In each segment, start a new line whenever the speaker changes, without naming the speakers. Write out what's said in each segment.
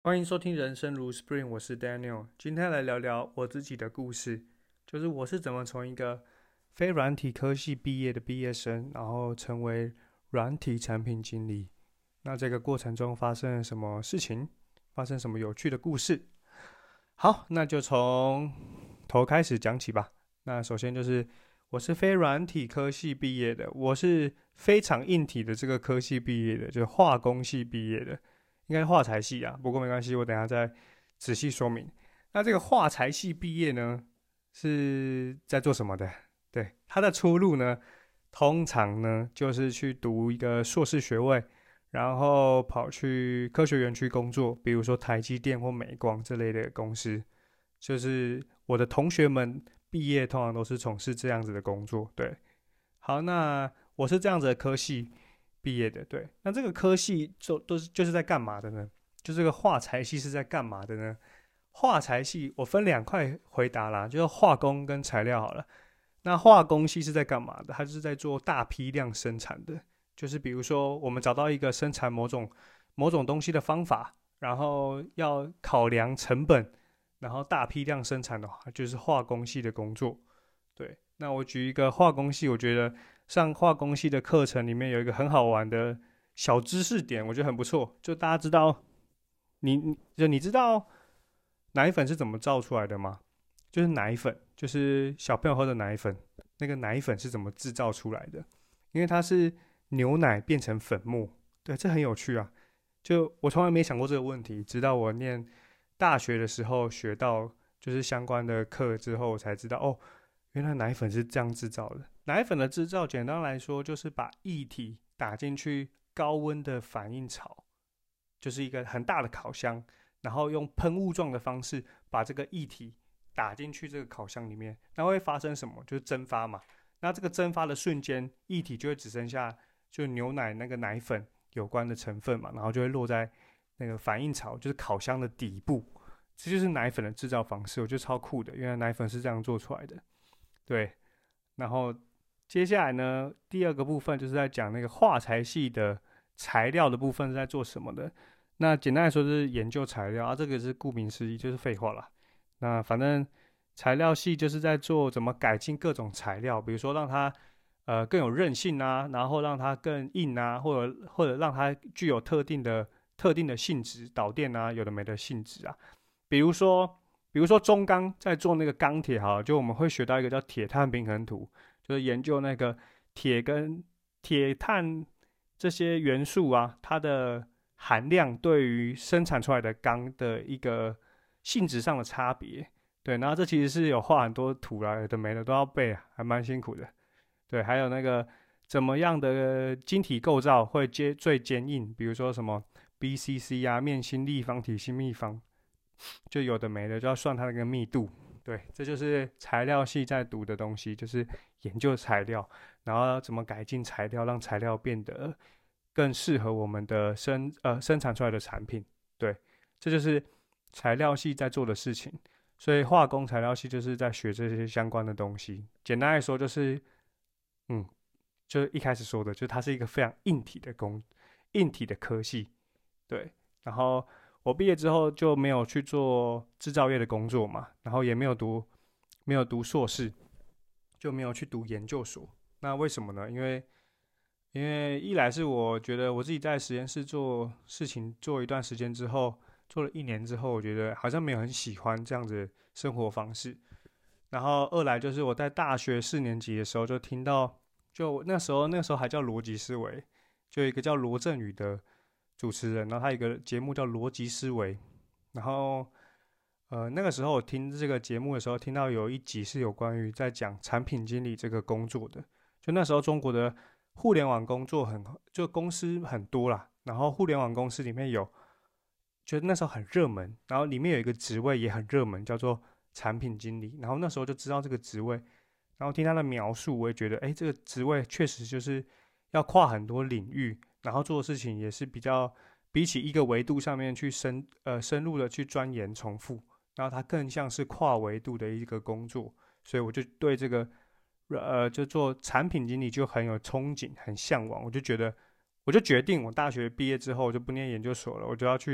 欢迎收听人生如 Spring，我是 Daniel。今天来聊聊我自己的故事，就是我是怎么从一个非软体科系毕业的毕业生，然后成为软体产品经理。那这个过程中发生了什么事情？发生什么有趣的故事？好，那就从头开始讲起吧。那首先就是我是非软体科系毕业的，我是非常硬体的这个科系毕业的，就是化工系毕业的。应该是化材系啊，不过没关系，我等一下再仔细说明。那这个化材系毕业呢，是在做什么的？对，它的出路呢，通常呢就是去读一个硕士学位，然后跑去科学园区工作，比如说台积电或美光这类的公司。就是我的同学们毕业通常都是从事这样子的工作。对，好，那我是这样子的科系毕业的，对。那这个科系就是在干嘛的呢？就这个化材系是在干嘛的呢？化材系我分两块回答啦，就是化工跟材料好了。那化工系是在干嘛的？它就是在做大批量生产的，就是比如说我们找到一个生产某种东西的方法，然后要考量成本，然后大批量生产的话，就是化工系的工作。对，那我举一个化工系，我觉得上化工系的课程里面有一个很好玩的小知识点，我觉得很不错。就大家知道，你知道奶粉是怎么造出来的吗？就是奶粉，就是小朋友喝的奶粉，那个奶粉是怎么制造出来的？因为它是牛奶变成粉末，对，这很有趣啊。就我从来没想过这个问题，直到我念大学的时候学到就是相关的课之后，我才知道哦，原来奶粉是这样制造的。奶粉的制造，简单来说就是把液体打进去高温的反应槽，就是一个很大的烤箱，然后用喷雾状的方式把这个液体打进去这个烤箱里面，那会发生什么？就是蒸发嘛。那这个蒸发的瞬间，液体就会只剩下就牛奶那个奶粉有关的成分嘛，然后就会落在那个反应槽，就是烤箱的底部。这就是奶粉的制造方式，我觉得超酷的，原来奶粉是这样做出来的。对，然后接下来呢，第二个部分就是在讲那个化材系的材料的部分是在做什么的。那简单来说就是研究材料啊，这个是顾名思义，就是废话啦。那反正材料系就是在做怎么改进各种材料，比如说让它更有韧性啊，然后让它更硬啊，或者让它具有特定的性质，导电啊，有的没的性质啊。比如说，中钢在做那个钢铁，哈，就我们会学到一个叫铁碳平衡图，就是研究那个铁跟铁碳这些元素啊，它的含量对于生产出来的钢的一个性质上的差别。对，然后这其实是有画很多图来的，没的都要背啊，还蛮辛苦的。对，还有那个怎么样的晶体构造会最坚硬，比如说什么 BCC 啊、面芯立方体系密方，就有的没的，就要算它那个密度。对，这就是材料系在读的东西，就是研究材料，然后怎么改进材料，让材料变得更适合我们的生产出来的产品。对，这就是材料系在做的事情。所以化工材料系就是在学这些相关的东西。简单来说，嗯，就是一开始说的，就是它是一个非常硬体的科系。对，然后我毕业之后就没有去做制造业的工作嘛，然后也没有读硕士，就没有去读研究所。那为什么呢？因为一来是我觉得我自己在实验室做事情做一段时间之后，做了1年之后，我觉得好像没有很喜欢这样子的生活方式。然后二来就是我在大学4年级的时候就听到，就那时候还叫逻辑思维，就有一个叫罗振宇的主持人，然后他有一个节目叫逻辑思维。然后那个时候我听这个节目的时候，听到有一集是有关于在讲产品经理这个工作的。就那时候中国的互联网工作就公司很多啦，然后互联网公司里面就那时候很热门，然后里面有一个职位也很热门，叫做产品经理。然后那时候就知道这个职位，然后听他的描述，我也觉得，哎，这个职位确实就是要跨很多领域，然后做的事情也是比起一个维度上面去深入的去钻研重复，然后它更像是跨维度的一个工作。所以我就对这个就做产品经理就很有憧憬，很向往。我就决定我大学毕业之后我就不念研究所了，我就要去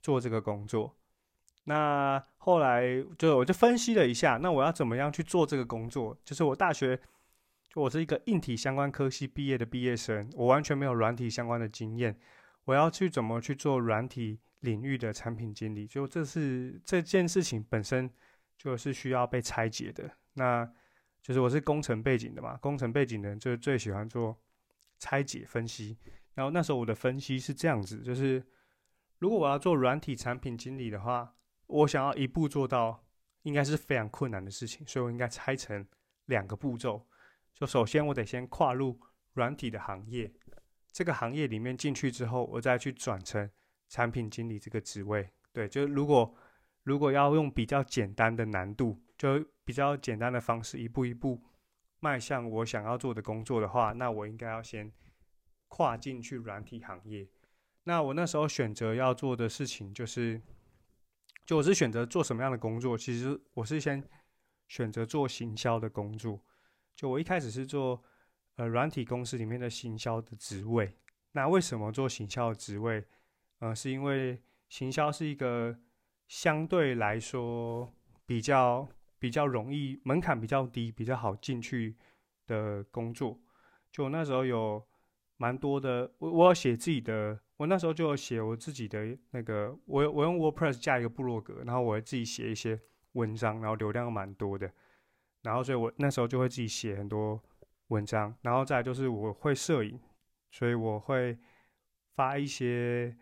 做这个工作。那后来我就分析了一下，那我要怎么样去做这个工作？就是我大学我是一个硬体相关科系毕业的毕业生，我完全没有软体相关的经验，我要去怎么去做软体领域的产品经理？就这件事情本身就是需要被拆解的。那就是我是工程背景的嘛，工程背景的人就最喜欢做拆解分析。然后那时候我的分析是这样子，就是如果我要做软体产品经理的话，我想要一步做到，应该是非常困难的事情，所以我应该拆成2个步骤。就首先我得先跨入软体的行业，这个行业里面进去之后，我再去转成产品经理这个职位。对，就是如果要用比较简单的难度，就比较简单的方式，一步一步迈向我想要做的工作的话，那我应该要先跨进去软体行业。那我那时候选择要做的事情就我是选择做什么样的工作？其实我是先选择做行销的工作。就我一开始是做软体公司里面的行销的职位。那为什么做行销的职位？是因为行销是一个相对来说比较容易、门槛比较低、比较好进去的工作。就我那时候有蛮多的，我有写自己的，我那时候就有写我自己的那个，我用 WordPress 架一个部落格，然后我会自己写一些文章，然后流量蛮多的，然后所以我那时候就会自己写很多文章，然后再来就是我会摄影，所以我会发一些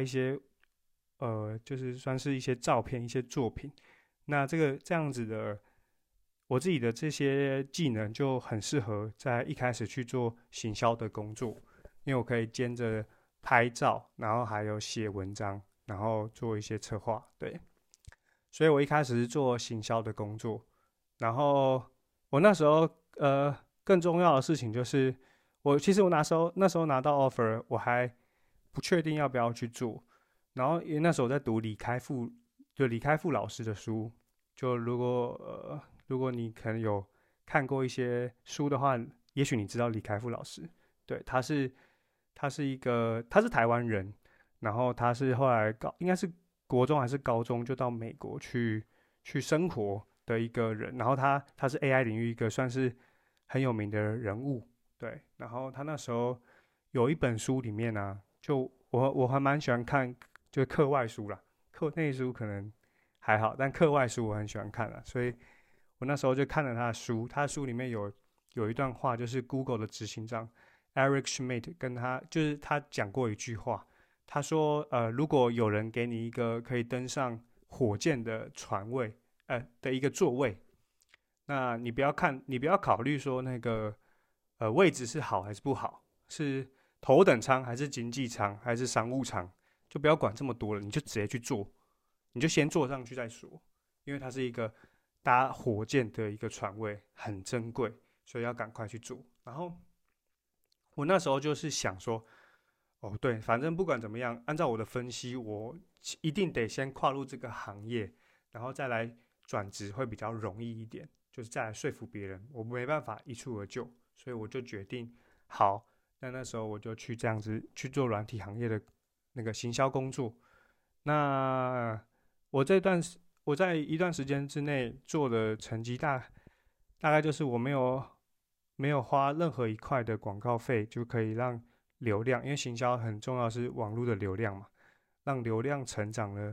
就是算是一些照片、一些作品。那这样子的，我自己的这些技能就很适合在一开始去做行销的工作，因为我可以兼着拍照，然后还有写文章，然后做一些策划。对，所以我一开始是做行销的工作，然后我那时候更重要的事情就是，其实我那时候拿到 offer， 我还不确定要不要去做。然后因为那时候我在读李开复老师的书，就如果你可能有看过一些书的话，也许你知道李开复老师。对，他是台湾人，然后他是后来应该是国中还是高中就到美国去生活的一个人，然后他是 AI 领域一个算是很有名的人物。对，然后他那时候有一本书里面啊，就我还蛮喜欢看，就是课外书啦，课内书可能还好，但课外书我很喜欢看啦，所以我那时候就看了他的书，他的书里面有一段话，就是 Google 的执行长 Eric Schmidt 就是他讲过一句话，他说如果有人给你一个可以登上火箭的船位的一个座位，那你不要考虑说那个位置是好还是不好，是头等舱还是经济舱还是商务舱，就不要管这么多了，你就直接去坐，你就先坐上去再说，因为它是一个搭火箭的一个船位，很珍贵，所以要赶快去坐。然后我那时候就是想说，哦对，反正不管怎么样，按照我的分析，我一定得先跨入这个行业，然后再来转职会比较容易一点，就是再来说服别人，我没办法一蹴而就，所以我就决定好，那时候我就去这样子去做软体行业的那个行销工作。那我在一段时间之内做的成绩大概就是我没有花任何一块的广告费就可以让流量，因为行销很重要是网络的流量嘛，让流量成长了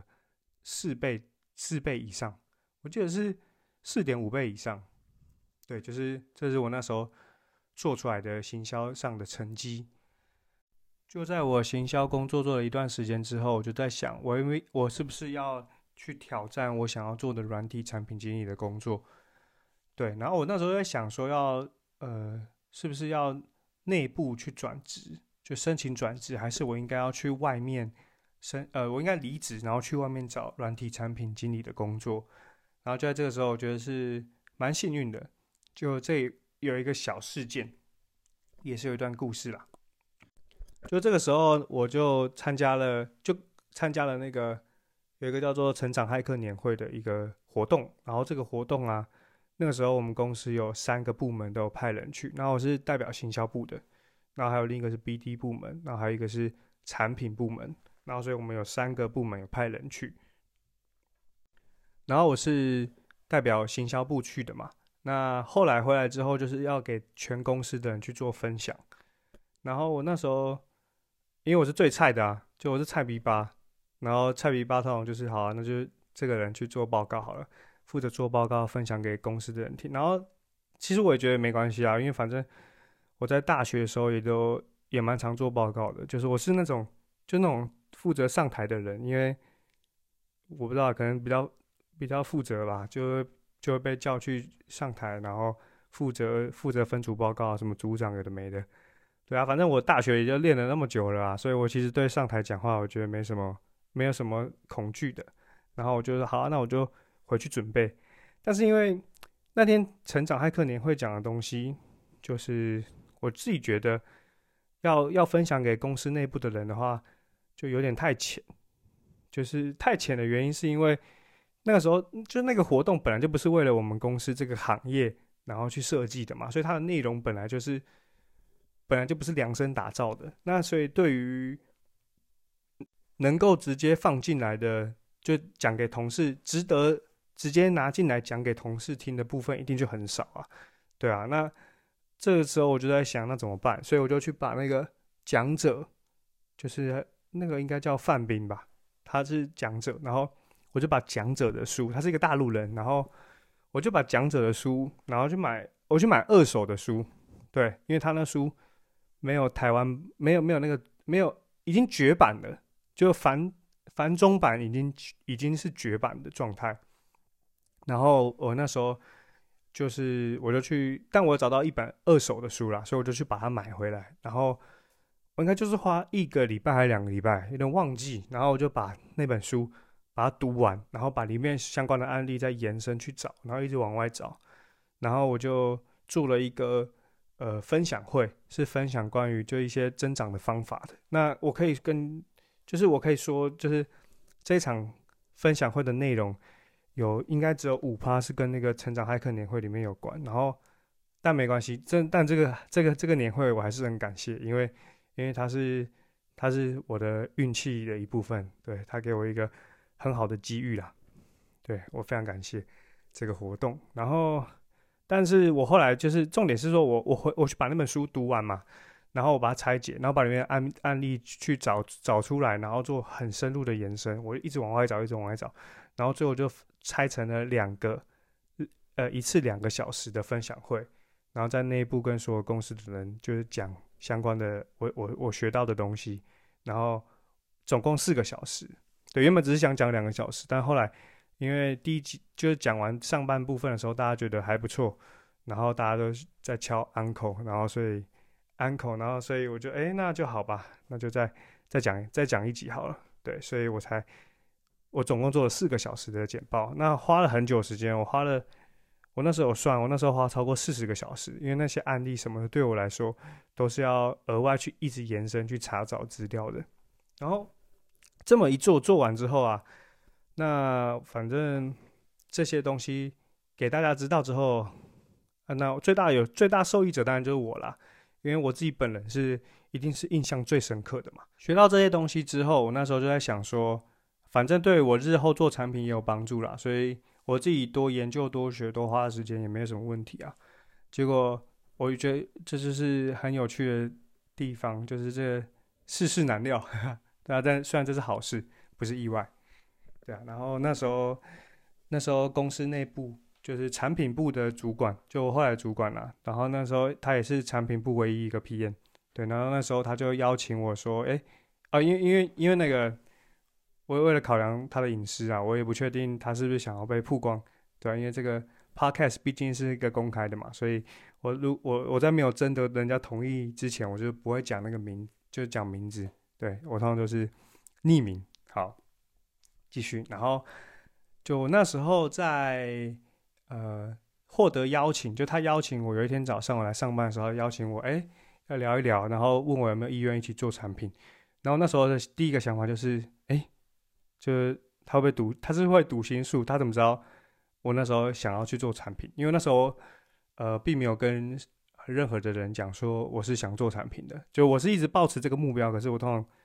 4倍以上，我记得是4.5倍以上。对，这是我那时候做出来的行销上的成绩。就在我行销工作做了一段时间之后，我就在想，我是不是要去挑战我想要做的软体产品经理的工作？对，然后我那时候在想说是不是要内部去转职，就申请转职，还是我应该要去外面我应该离职，然后去外面找软体产品经理的工作。然后就在这个时候，我觉得是蛮幸运的，就这有一个小事件，也是有一段故事啦。就这个时候，我就参加了那个有一个叫做成长骇客年会的一个活动。然后这个活动啊，那个时候我们公司有3个部门都有派人去，然后我是代表行销部的，然后还有另一个是 BD 部门，然后还有一个是产品部门。 然后所以我们有3个部门有派人去，然后我是代表行销部去的嘛。那后来回来之后，就是要给全公司的人去做分享。然后我那时候因为我是最菜的啊，就我是菜逼吧，然后菜逼吧通常就是好啊，那就这个人去做报告好了，负责做报告分享给公司的人听。然后其实我也觉得没关系啊，因为反正我在大学的时候也蛮常做报告的，就是我是那种负责上台的人，因为我不知道可能比较负责吧，就会被叫去上台，然后负责分组报告啊，什么组长有的没的。对啊，反正我大学也就练了那么久了啊，所以我其实对上台讲话，我觉得没有什么恐惧的。然后我就说好啊，那我就回去准备。但是因为那天成长骇客年会讲的东西，就是我自己觉得要分享给公司内部的人的话，就有点太浅。就是太浅的原因是因为那个时候就那个活动本来就不是为了我们公司这个行业然后去设计的嘛，所以它的内容本来就不是量身打造的。那所以对于能够直接放进来的，就讲给同事，值得直接拿进来讲给同事听的部分，一定就很少啊。对啊，那这个时候我就在想，那怎么办？所以我就去把那个讲者，就是那个应该叫范斌吧，他是讲者，然后我就把讲者的书，他是一个大陆人，然后我就把讲者的书，然后我去买二手的书，对，因为他那书没有台湾没有那个没有已经绝版了，就繁中版已经是绝版的状态。然后我那时候我就去，但我找到一本二手的书啦，所以我就去把它买回来。然后我应该就是花1个礼拜还是2个礼拜，有点忘记。然后我就把那本书把它读完，然后把里面相关的案例再延伸去找，然后一直往外找。然后我就做了一个分享会，是分享关于就一些增长的方法的。那我可以就是我可以说，就是这一场分享会的内容应该只有5%是跟那个成长骇客年会里面有关。然后但没关系，但这个年会我还是很感谢，因为它是我的运气的一部分，对，它给我一个很好的机遇啦，对，我非常感谢这个活动。然后但是我后来就是重点是说我去把那本书读完嘛，然后我把它拆解，然后把里面的案例去找出来，然后做很深入的延伸，我一直往外找，一直往外找，然后最后就拆成了一次2个小时的分享会，然后在内部跟所有公司的人就是讲相关的我学到的东西，然后总共4个小时。对，原本只是想讲2个小时，但后来因为第一集就是讲完上半部分的时候，大家觉得还不错，然后大家都在敲 uncle， 然后所以我就那就好吧，那就再讲一集好了。对，所以我总共做了4个小时的简报，那花了很久时间，我那时候有算，我那时候花超过40个小时，因为那些案例什么的对我来说都是要额外去一直延伸去查找资料的。然后这么一做完之后啊，那反正这些东西给大家知道之后，那最大受益者当然就是我啦，因为我自己本人一定是印象最深刻的嘛。学到这些东西之后，我那时候就在想说，反正对我日后做产品也有帮助啦，所以我自己多研究、多学、多花的时间也没有什么问题啊。结果我觉得这就是很有趣的地方，就是这世事难料，对啊，但虽然这是好事，不是意外，对啊。然后那时候公司内部就是产品部的主管，就我后来的主管啦。然后那时候他也是产品部唯一一个 PM， 对。然后那时候他就邀请我说，因为那个我为了考量他的隐私啊，我也不确定他是不是想要被曝光，对啊，因为这个 podcast 毕竟是一个公开的嘛，所以我在没有征得人家同意之前，我就不会讲那个就讲名字，对，我通常都是匿名。好，继续。然后就那时候在获得邀请，就他邀请我有一天早上我来上班的时候，邀请我要聊一聊，然后问我有没有意愿一起做产品。然后那时候的第一个想法就是就是他是会读心术，他怎么知道我那时候想要去做产品？因为那时候并没有跟任何的人讲说我是想做产品的，就我是一直抱持这个目标，可是我通常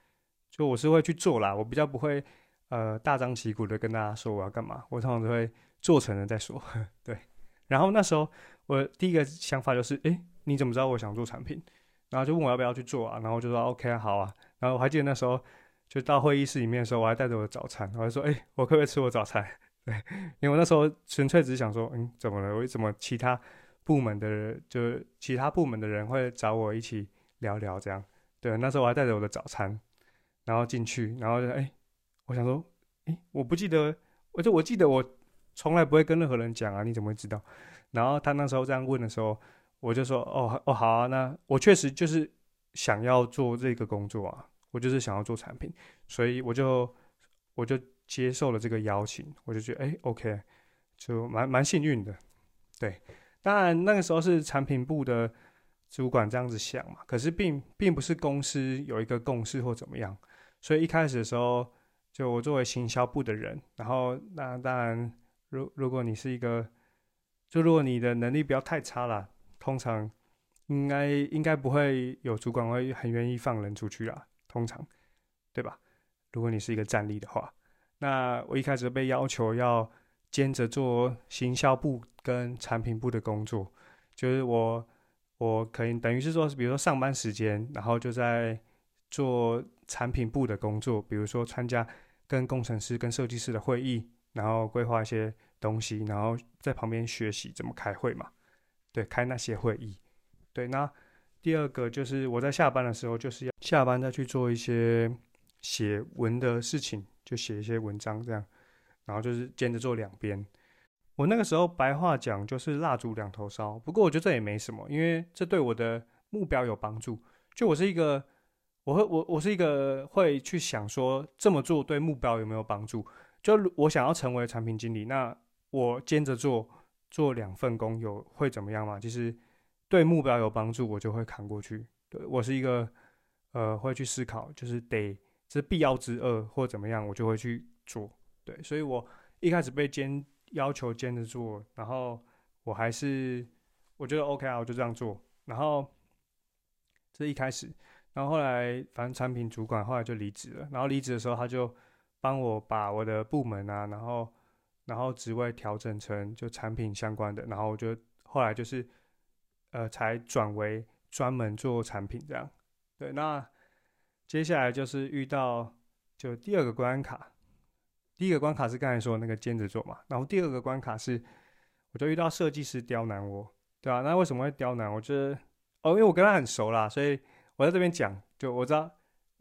就我是会去做啦，我比较不会大张旗鼓的跟大家说我要干嘛，我通常都会做成了再说。对，然后那时候我第一个想法就是，你怎么知道我想做产品？然后就问我要不要去做啊，然后我就说 OK 好啊。然后我还记得那时候就到会议室里面的时候，我还带着我的早餐，我还说，我可不可以吃我早餐？对，因为我那时候纯粹只是想说，怎么了？为什么其他部门的人，就其他部门的人会找我一起聊聊这样？对，那时候我还带着我的早餐，然后进去，然后就我想说，我不记得，我记得我从来不会跟任何人讲啊，你怎么会知道？然后他那时候这样问的时候，我就说，哦好啊，那我确实就是想要做这个工作啊，我就是想要做产品，所以我就接受了这个邀请，我就觉得OK，就蛮幸运的。对，当然那个时候是产品部的主管这样子想嘛，可是并不是公司有一个共识或怎么样，所以一开始的时候，就我作为行销部的人，然后那当然，如果你是一个，就如果你的能力不要太差啦，通常应该不会有主管会很愿意放人出去啦，通常，对吧？如果你是一个战力的话，那我一开始被要求要兼着做行销部跟产品部的工作，就是我可以等于是说，比如说上班时间，然后就在做产品部的工作，比如说参加跟工程师、跟设计师的会议，然后规划一些东西，然后在旁边学习怎么开会嘛，对，开那些会议。对，那第二个就是我在下班的时候，就是要下班再去做一些写文的事情，就写一些文章这样，然后就是兼着做两边。我那个时候白话讲就是蜡烛两头烧，不过我觉得这也没什么，因为这对我的目标有帮助。就我是一个，我是一个会去想说这么做对目标有没有帮助。就我想要成为产品经理，那我兼着做两份工会怎么样嘛？其实对目标有帮助，我就会扛过去。对，我是一个会去思考，就是这必要之恶或怎么样，我就会去做。对，所以我一开始被要求兼着做，然后我觉得 OK 啊，我就这样做。然后这是一开始，然后后来反正产品主管后来就离职了，然后离职的时候他就帮我把我的部门啊，然后职位调整成就产品相关的，然后我就后来就是才转为专门做产品这样。对，那接下来就是遇到就第二个关卡，第一个关卡是刚才说的那个兼职做嘛，然后第二个关卡是我就遇到设计师刁难我，对啊，那为什么会刁难？我觉得因为我跟他很熟啦，所以我在这边讲，就我知道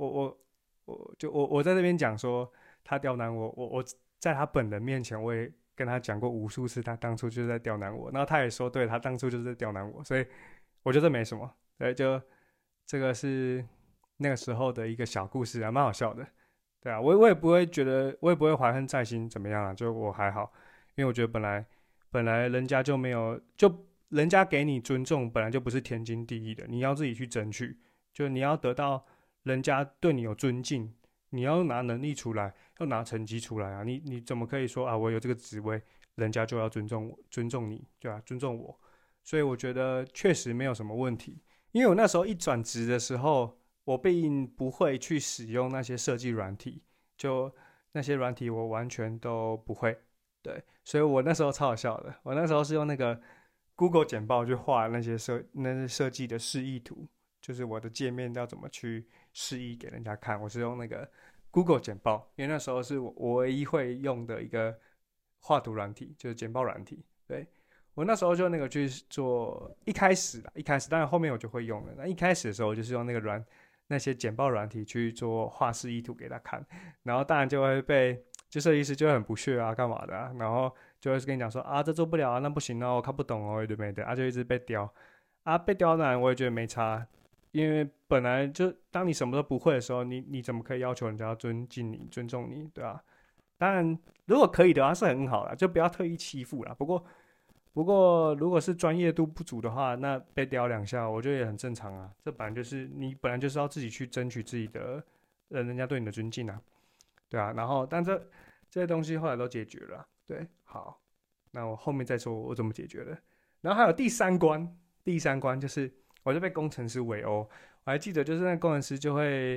我在这边讲说他刁难我在他本人面前我也跟他讲过无数次，他当初就是在刁难我，然后他也说对，他当初就是在刁难我，所以我觉得没什么，对，就这个是那个时候的一个小故事啊，蛮好笑的。对啊，我也不会觉得，我也不会怀恨在心，怎么样啊？就我还好，因为我觉得本来人家就没有，就人家给你尊重，本来就不是天经地义的，你要自己去争取，就你要得到人家对你有尊敬，你要拿能力出来，要拿成绩出来啊！你怎么可以说啊？我有这个职位，人家就要尊重我，尊重你，对吧？尊重我，所以我觉得确实没有什么问题。因为我那时候一转职的时候，我并不会去使用那些设计软体，就那些软体我完全都不会。对，所以我那时候超好笑的。我那时候是用那个 Google 简报去画那些设计的示意图，就是我的界面要怎么去示意给人家看。我是用那个 Google 简报，因为那时候是我唯一会用的一个画图软体，就是简报软体。对，我那时候就那个去做，一开始，当然后面我就会用了。那一开始的时候，我就是用那些简报软体去做画示意图给他看，然后当然就会被设计师就会很不屑啊，干嘛的啊，然后就会跟你讲说啊，这做不了啊，那不行哦，我看不懂哦，对没对啊，就一直被刁啊，被刁难我也觉得没差，因为本来就当你什么都不会的时候，你怎么可以要求人家要尊敬你、尊重你，对吧？当然，如果可以的话是很好啦，就不要特意欺负啦。不过，如果是专业度不足的话，那被刁两下，我觉得也很正常啊。这你本来就是要自己去争取自己的，人家对你的尊敬啊，对啊。然后，但这些东西后来都解决了啊，对，好，那我后面再说我怎么解决的。然后还有第三关就是我就被工程师围殴，我还记得就是那工程师就会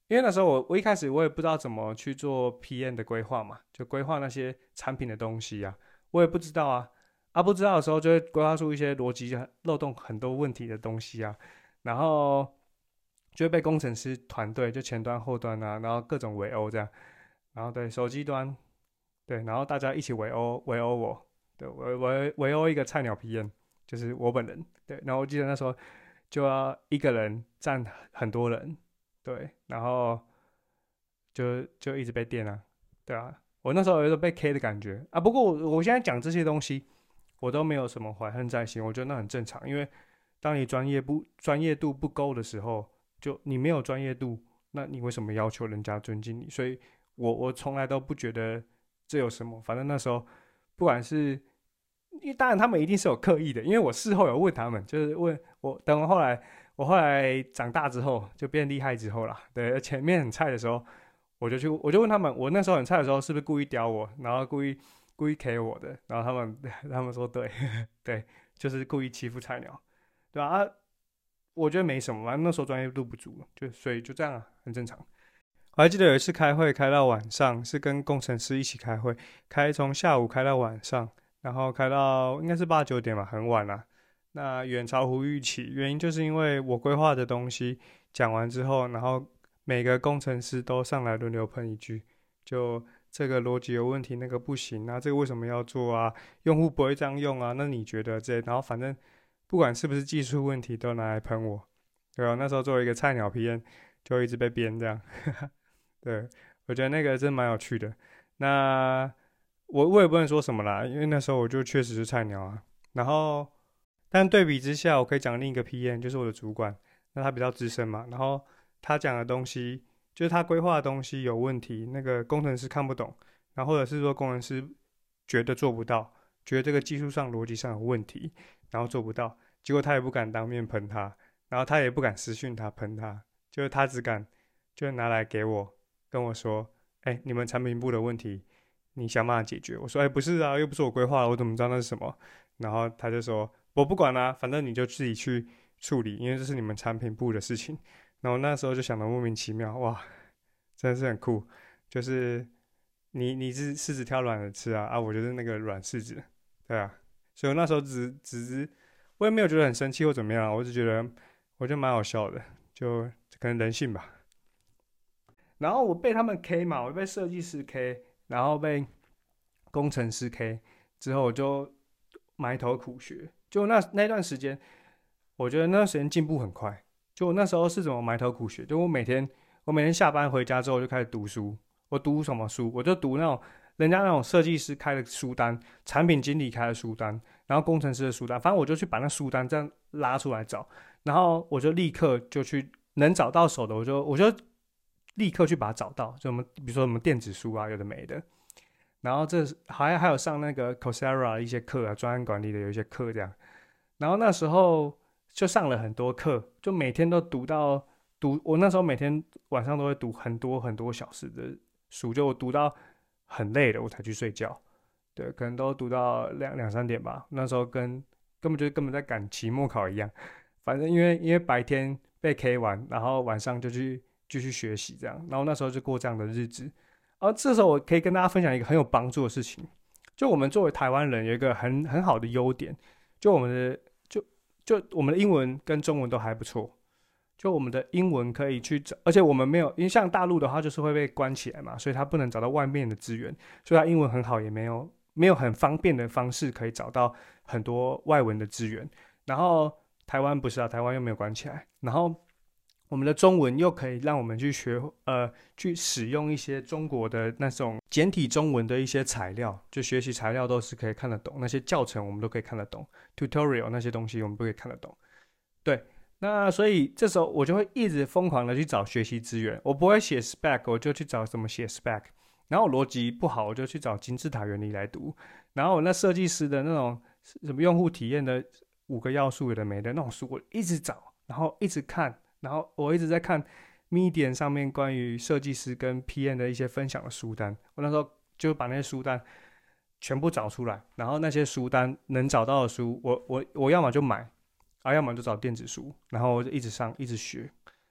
因为那时候我一开始我也不知道怎么去做 PM 的规划嘛，就规划那些产品的东西啊，我也不知道啊，不知道的时候就会规划出一些逻辑漏洞很多问题的东西啊，然后就会被工程师团队就前端后端啊，然后各种围殴这样，然后对手机端对，然后大家一起围殴我，对，围殴一个菜鸟 PM，就是我本人，对，然后我记得那时候就要一个人站很多人。对，然后就一直被电啊，对啊，我那时候有一种被 K 的感觉啊。不过我现在讲这些东西，我都没有什么怀恨在心，我觉得那很正常。因为当你专业度不够的时候，就你没有专业度，那你为什么要求人家尊敬你？所以我从来都不觉得这有什么。反正那时候不管是，因为当然他们一定是有刻意的，因为我事后有问他们，就是问我等我后来长大之后，就变厉害之后啦，对，前面很菜的时候，我就问他们，我那时候很菜的时候是不是故意刁我，然后故意 K 我的，然后他们说对对，就是故意欺负菜鸟，对吧？我觉得没什么，反正那时候专业度不足，所以就这样啊，很正常。我还记得有一次开会开到晚上，是跟工程师一起开会，从下午开到晚上，然后开到应该是8、9点吧，很晚啦。那远超乎预期，原因就是因为我规划的东西讲完之后，然后每个工程师都上来轮流喷一句，就这个逻辑有问题，那个不行啊，这个为什么要做啊？用户不会这样用啊？那你觉得这？然后反正不管是不是技术问题，都拿来喷我。对啊，那时候作为一个菜鸟 PM，就一直被编这样。对，我觉得那个真蛮有趣的。那我也不能说什么啦，因为那时候我就确实是菜鸟啊。然后但对比之下，我可以讲另一个 PM，就是我的主管，那他比较资深嘛，然后他讲的东西，就是他规划的东西有问题，那个工程师看不懂，然后或者是说工程师觉得做不到，觉得这个技术上逻辑上有问题，然后做不到，结果他也不敢当面喷他，然后他也不敢私讯他喷他，就是他只敢就拿来给我跟我说，你们产品部的问题，你想办法解决。我说，不是啊，又不是我规划的，我怎么知道那是什么？然后他就说，我不管啦，反正你就自己去处理，因为这是你们产品部的事情。然后那时候就想得莫名其妙，哇，真的是很酷，就是你是柿子挑软的吃啊，我就是那个软柿子，对啊，所以我那时候我也没有觉得很生气或怎么样，我只觉得我觉得蛮好笑的，就可能人性吧。然后我被他们 K 嘛，我被设计师 K，然后被工程师 K，之后我就埋头苦学。就那段时间，我觉得那段时间进步很快。就我那时候是怎么埋头苦学？就我每天下班回家之后就开始读书。我读什么书？我就读那种人家那种设计师开的书单，产品经理开的书单，然后工程师的书单，反正我就去把那书单这样拉出来找，然后我就立刻就去能找到手的，我就立刻去把它找到。就比如说什么电子书啊，有的没的。然后还有上那个 Coursera 的一些课啊，专案管理的有一些课这样。然后那时候就上了很多课，就每天都我那时候每天晚上都会读很多很多小时的书，就我读到很累了我才去睡觉。对，可能都读到两三点吧。那时候根本在赶期末考一样。反正因为白天被 K 完，然后晚上就去继续学习这样。然后那时候就过这样的日子。而这时候我可以跟大家分享一个很有帮助的事情，就我们作为台湾人有一个很好的优点，就我们的英文跟中文都还不错，就我们的英文可以去找，而且我们没有，因为像大陆的话就是会被关起来嘛，所以他不能找到外面的资源，所以他英文很好，也没有很方便的方式可以找到很多外文的资源。然后台湾不是啊，台湾又没有关起来，然后我们的中文又可以让我们去使用一些中国的那种简体中文的一些材料，就学习材料都是可以看得懂，那些教程我们都可以看得懂 ，tutorial 那些东西我们都可以看得懂。对，那所以这时候我就会一直疯狂的去找学习资源，我不会写 spec， 我就去找怎么写 spec， 然后逻辑不好我就去找金字塔原理来读，然后我那设计师的那种什么用户体验的5个要素有的没的那种书，我一直找，然后一直看。然后我一直在看 Medium 上面关于设计师跟 PM 的一些分享的书单，我那时候就把那些书单全部找出来，然后那些书单能找到的书，我要么就买，要么就找电子书，然后我就一直上一直学，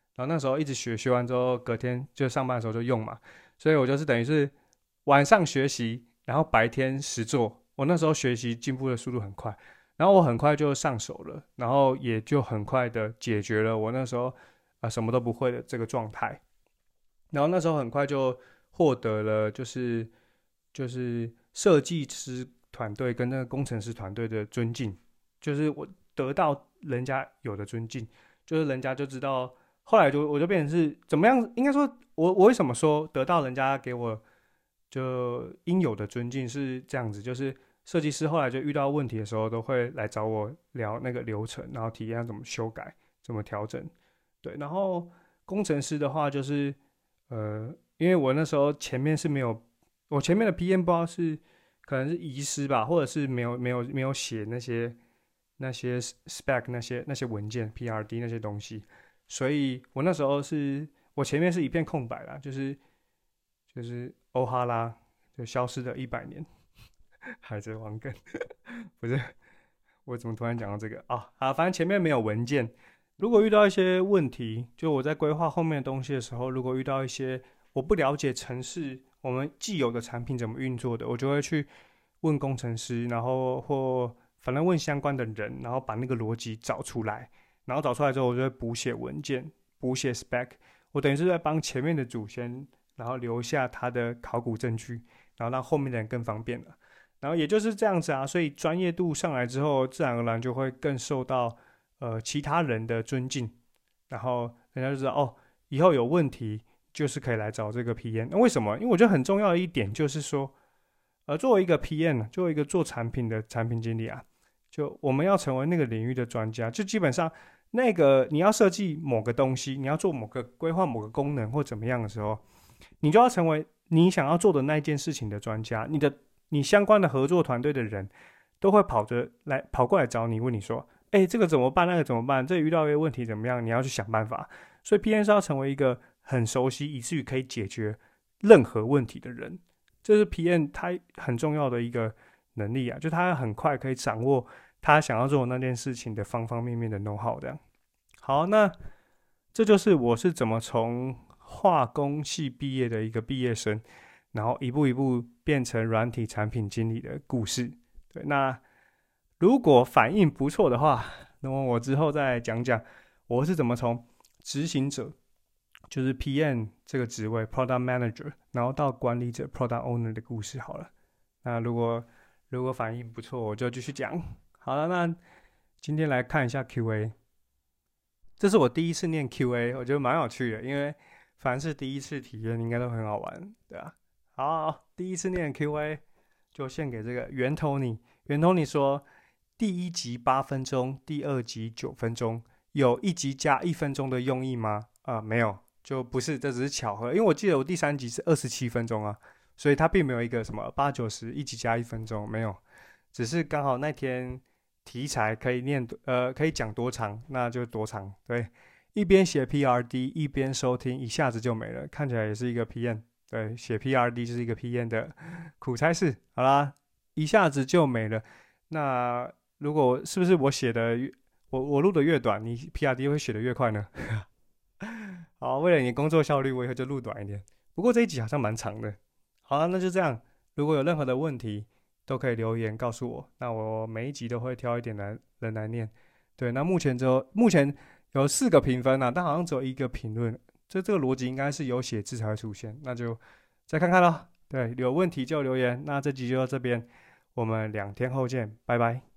然后那时候一直学完之后，隔天就上班的时候就用嘛，所以我就是等于是晚上学习，然后白天实做。我那时候学习进步的速度很快，然后我很快就上手了，然后也就很快的解决了我那时候什么都不会的这个状态。然后那时候很快就获得了就是设计师团队跟那个工程师团队的尊敬，就是我得到人家有的尊敬，就是人家就知道。后来我就变成是怎么样？应该说我为什么说得到人家给我就应有的尊敬是这样子，就是设计师后来就遇到问题的时候，都会来找我聊那个流程，然后体验怎么修改、怎么调整。对，然后工程师的话就是因为我那时候前面是没有，我前面的 PM 不知道是可能是遗失吧，或者是没有写那些 spec 那些文件 PRD 那些东西，所以我那时候我前面是一片空白啦，就是欧哈拉就消失的100年，海贼王梗不是，我怎么突然讲到这个啊？反正前面没有文件。如果遇到一些问题，就我在规划后面的东西的时候，如果遇到一些我不了解程式，我们既有的产品怎么运作的，我就会去问工程师，然后或反正问相关的人，然后把那个逻辑找出来，然后找出来之后，我就会补写文件，补写 spec， 我等于是在帮前面的祖先，然后留下他的考古证据，然后让后面的人更方便了。然后也就是这样子啊，所以专业度上来之后，自然而然就会更受到其他人的尊敬，然后人家就知道以后有问题就是可以来找这个 PM。那为什么？因为我觉得很重要的一点就是说，作为一个 PM， 作为一个做产品的产品经理啊，就我们要成为那个领域的专家，就基本上那个你要设计某个东西，你要做某个规划某个功能或怎么样的时候，你就要成为你想要做的那一件事情的专家，你相关的合作团队的人都会跑过来找你，问你说，这个怎么办？那个怎么办？这遇到一个问题怎么样？你要去想办法。所以 PM 是要成为一个很熟悉，以至于可以解决任何问题的人。这是 PM 他很重要的一个能力啊，就他很快可以掌握他想要做的那件事情的方方面面的 know how 这样。好，那这就是我是怎么从化工系毕业的一个毕业生，然后一步一步变成软体产品经理的故事。对，那如果反应不错的话，那么我之后再讲讲我是怎么从执行者，就是 PM 这个职位 Product Manager， 然后到管理者 Product Owner 的故事好了。那如果反应不错，我就继续讲。好了，那今天来看一下 QA。这是我第一次念 QA， 我觉得蛮有趣的，因为凡是第一次体验应该都很好玩，对啊。好，第一次念 QA 就献给这个袁 Tony。袁 Tony 说，第一集8分钟，第二集9分钟，有一集加1分钟的用意吗？没有，就不是，这只是巧合。因为我记得我第3集是27分钟啊，所以它并没有一个什么8、90一集加1分钟，没有，只是刚好那天题材可以讲多长，那就多长。对，一边写 PRD 一边收听，一下子就没了，看起来也是一个 PM。对，写 PRD 就是一个 PM 的苦差事。好啦，一下子就没了。那如果是不是我写的我录的越短，你 PRD 会写的越快呢？好，为了你工作效率，我以后就录短一点。不过这一集好像蛮长的。好了，那就这样。如果有任何的问题，都可以留言告诉我。那我每一集都会挑一点人来念。对，那目前有4个评分啊，但好像只有1个评论。这个逻辑应该是有写字才会出现，那就再看看咯。对，有问题就留言。那这集就到这边，我们2天后见，拜拜。